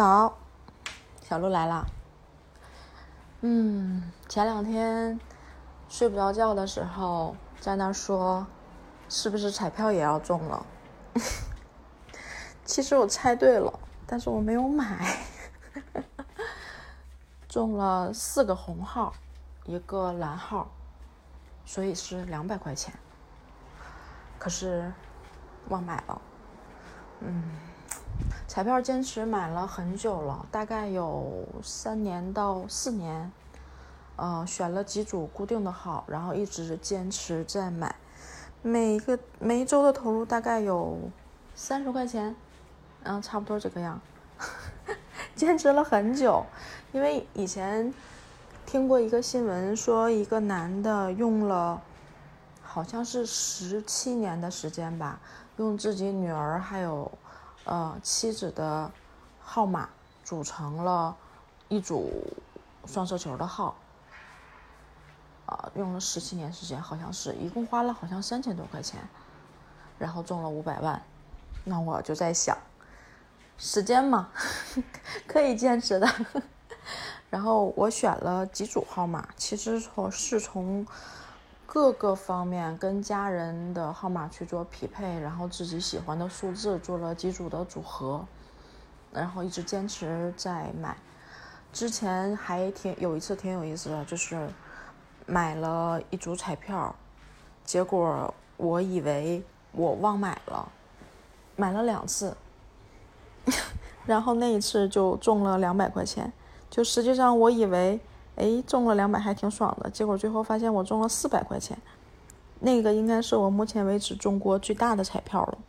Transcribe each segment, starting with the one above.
早，小鹿来了。前2天睡不着觉的时候，在那说是不是彩票也要中了？其实我猜对了，但是我没有买。中了4个红号，1个蓝号，所以是200块钱。可是忘买了。彩票坚持买了很久了，大概有3年到4年。选了几组固定的号，然后一直坚持在买，每一周的投入大概有30块钱，差不多这个样。坚持了很久，因为以前听过一个新闻，说一个男的用了好像是17年的时间吧，用自己女儿还有妻子的号码组成了一组双色球的号。用了17年时间，好像是一共花了好像3000多块钱，然后中了500万。那我就在想，时间嘛，可以坚持的。然后我选了几组号码，其实是从各个方面跟家人的号码去做匹配，然后自己喜欢的数字做了几组的组合，然后一直坚持在买。之前还有一次挺有意思的，就是买了一组彩票，结果我以为我忘买了，买了2次，然后那一次就中了200块钱，就实际上我以为中了200还挺爽的，结果最后发现我中了400块钱，那个应该是我目前为止中过最大的彩票了。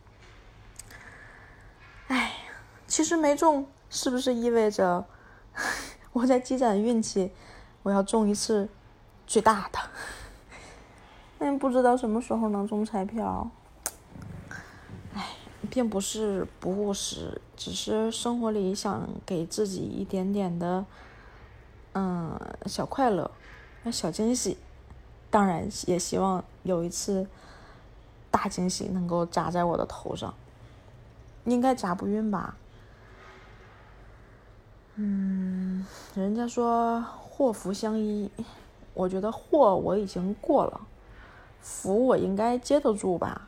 其实没中是不是意味着我在积攒运气，我要中一次最大的？不知道什么时候能中彩票。并不是不务实，只是生活里想给自己一点点的小快乐，小惊喜。当然也希望有一次大惊喜能够砸在我的头上，应该砸不晕吧。人家说祸福相依，我觉得祸我已经过了，福我应该接得住吧。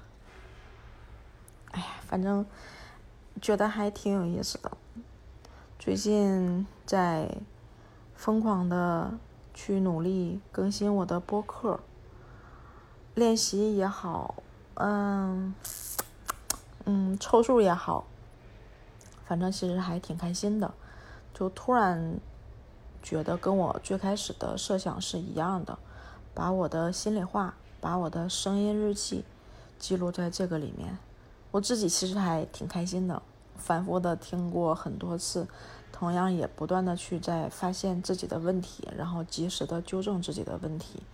反正觉得还挺有意思的。最近在疯狂的去努力更新我的播客，练习也好，凑数也好，反正其实还挺开心的。就突然觉得跟我最开始的设想是一样的，把我的心里话，把我的声音日记记录在这个里面，我自己其实还挺开心的，反复的听过很多次，同样也不断的去在发现自己的问题，然后及时的纠正自己的问题。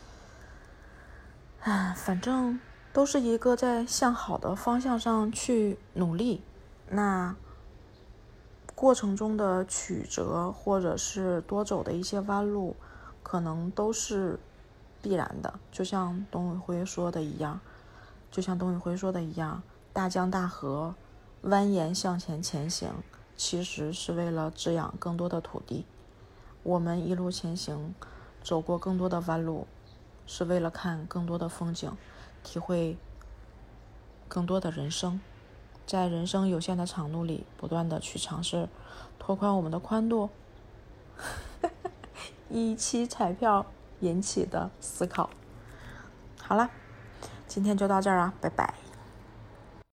反正都是一个在向好的方向上去努力，那过程中的曲折或者是多走的一些弯路，可能都是必然的。就像董宇辉说的一样，大江大河蜿蜒向前行，其实是为了滋养更多的土地。我们一路前行，走过更多的弯路，是为了看更多的风景，体会更多的人生。在人生有限的长度里，不断的去尝试拓宽我们的宽度。一期彩票引起的思考。好了，今天就到这儿啊，拜拜。